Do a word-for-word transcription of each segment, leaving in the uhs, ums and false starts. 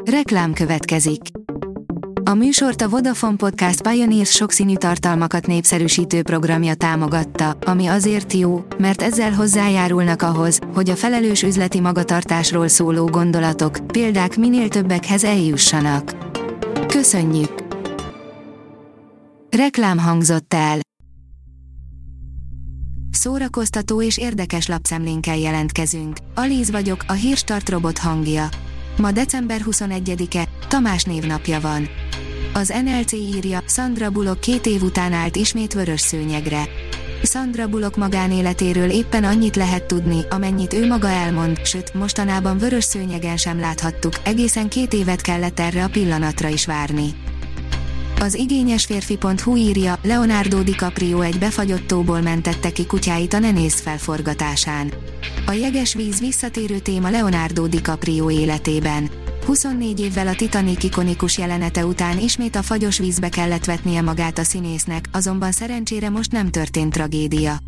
Reklám következik. A műsort a Vodafone Podcast Pioneers sokszínű tartalmakat népszerűsítő programja támogatta, ami azért jó, mert ezzel hozzájárulnak ahhoz, hogy a felelős üzleti magatartásról szóló gondolatok, példák minél többekhez eljussanak. Köszönjük! Reklám hangzott el. Szórakoztató és érdekes lapszemlénkkel jelentkezünk. Alíz vagyok, a Hírstart robot hangja. Ma december huszonegyedike, Tamás névnapja van. Az en el cé írja, Sandra Bullock két év után állt ismét vörös szőnyegre. Sandra Bullock magánéletéről éppen annyit lehet tudni, amennyit ő maga elmond, sőt, mostanában vörös szőnyegen sem láthattuk, egészen két évet kellett erre a pillanatra is várni. Az igényesférfi pont hu írja, Leonardo DiCaprio egy befagyott tóból mentette ki kutyáit a Ne nézz fel forgatásán. A jeges víz visszatérő téma Leonardo DiCaprio életében. huszonnégy évvel a Titanic ikonikus jelenete után ismét a fagyos vízbe kellett vetnie magát a színésznek, azonban szerencsére most nem történt tragédia.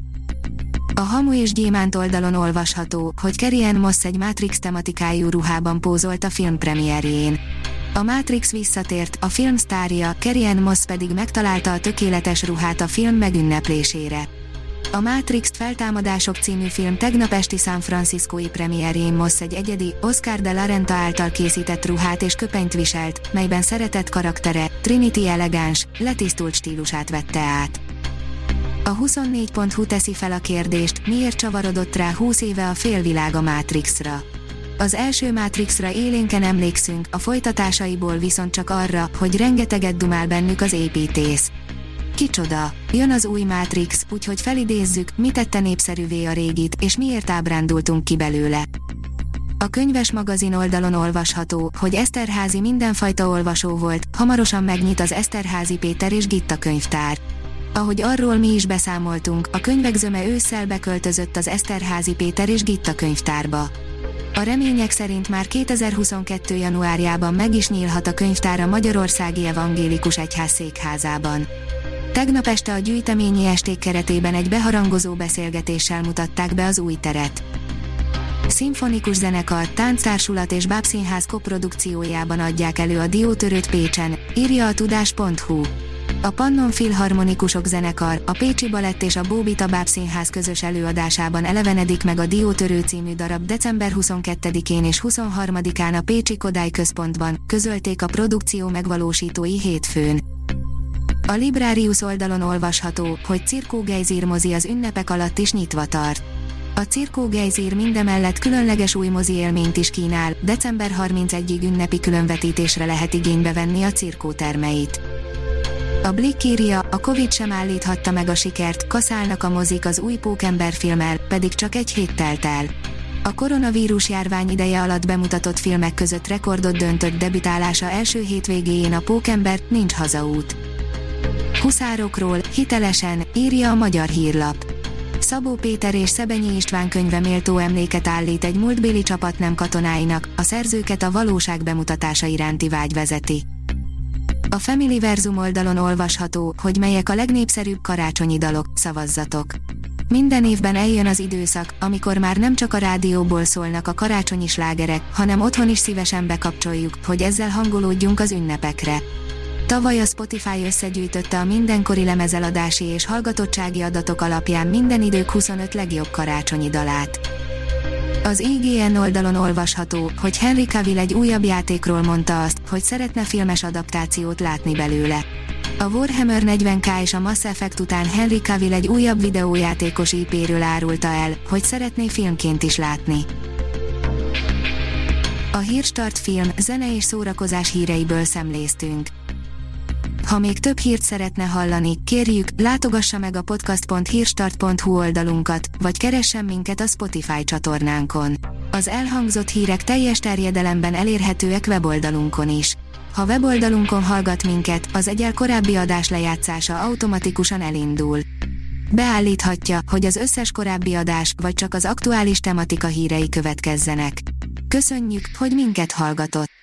A Hamu és Gyémánt oldalon olvasható, hogy Carrie-Anne Moss egy Matrix tematikájú ruhában pózolt a film premierjén. A Matrix visszatért, a film sztárja, Carrie-Anne Moss pedig megtalálta a tökéletes ruhát a film megünneplésére. A Matrix Feltámadások című film tegnap esti San Franciscói premierjén Moss egy egyedi, Oscar de la Renta által készített ruhát és köpenyt viselt, melyben szeretett karaktere, Trinity elegáns, letisztult stílusát vette át. A huszonnégy pont hu teszi fel a kérdést, miért csavarodott rá húsz éve a félvilág a Matrixra. Az első Matrixra élénken emlékszünk, a folytatásaiból viszont csak arra, hogy rengeteget dumál bennük az építész. Kicsoda? Jön az új Matrix, úgyhogy felidézzük, mi tette népszerűvé a régit, és miért ábrándultunk ki belőle. A Könyves magazin oldalon olvasható, hogy Eszterházy mindenfajta olvasó volt, hamarosan megnyit az Eszterházy Péter és Gitta könyvtár. Ahogy arról mi is beszámoltunk, a könyvek zöme ősszel beköltözött az Eszterházy Péter és Gitta könyvtárba. A remények szerint már kétezer-huszonkettő januárjában meg is nyílhat a könyvtár a Magyarországi Evangélikus Egyház székházában. Tegnap este a gyűjteményi esték keretében egy beharangozó beszélgetéssel mutatták be az új teret. Szimfonikus zenekar, tánchtársulat és bábszínház koprodukciójában adják elő a Diótörőt Pécsen, írja a tudás pont hu. A Pannon Filharmonikusok zenekar, a Pécsi Balett és a Bóbita Bábszínház közös előadásában elevenedik meg a Diótörő című darab december huszonkettedikén és huszonharmadikán a Pécsi Kodály Központban, közölték a produkció megvalósítói hétfőn. A Librarius oldalon olvasható, hogy Cirkó Gejzír mozi az ünnepek alatt is nyitva tart. A Cirkó Gejzír mindemellett különleges új mozi élményt is kínál, december harmincegyedikéig ünnepi különvetítésre lehet igénybe venni a Cirkó termeit. A Blick írja, a Covid sem állíthatta meg a sikert, kaszálnak a mozik az új Pókember filmmel, pedig csak egy hét telt el. A koronavírus járvány ideje alatt bemutatott filmek között rekordot döntött debütálása első hétvégéjén a Pókember, nincs hazaút. Huszárokról, hitelesen, írja a Magyar Hírlap. Szabó Péter és Szebenyi István könyve méltó emléket állít egy múltbéli csapatnem katonáinak, a szerzőket a valóság bemutatása iránti vágy vezeti. A Familyverzum oldalon olvasható, hogy melyek a legnépszerűbb karácsonyi dalok, szavazzatok. Minden évben eljön az időszak, amikor már nem csak a rádióból szólnak a karácsonyi slágerek, hanem otthon is szívesen bekapcsoljuk, hogy ezzel hangolódjunk az ünnepekre. Tavaly a Spotify összegyűjtötte a mindenkori lemezeladási és hallgatottsági adatok alapján minden idők huszonöt legjobb karácsonyi dalát. Az i gé en oldalon olvasható, hogy Henry Cavill egy újabb játékról mondta azt, hogy szeretne filmes adaptációt látni belőle. A Warhammer negyven ká és a Mass Effect után Henry Cavill egy újabb videójátékos í péről árulta el, hogy szeretné filmként is látni. A Hírstart film, zene és szórakozás híreiből szemléztünk. Ha még több hírt szeretne hallani, kérjük, látogassa meg a podcast pont hírstart pont hu oldalunkat, vagy keressen minket a Spotify csatornánkon. Az elhangzott hírek teljes terjedelemben elérhetőek weboldalunkon is. Ha weboldalunkon hallgat minket, az egyel korábbi adás lejátszása automatikusan elindul. Beállíthatja, hogy az összes korábbi adás, vagy csak az aktuális tematika hírei következzenek. Köszönjük, hogy minket hallgatott!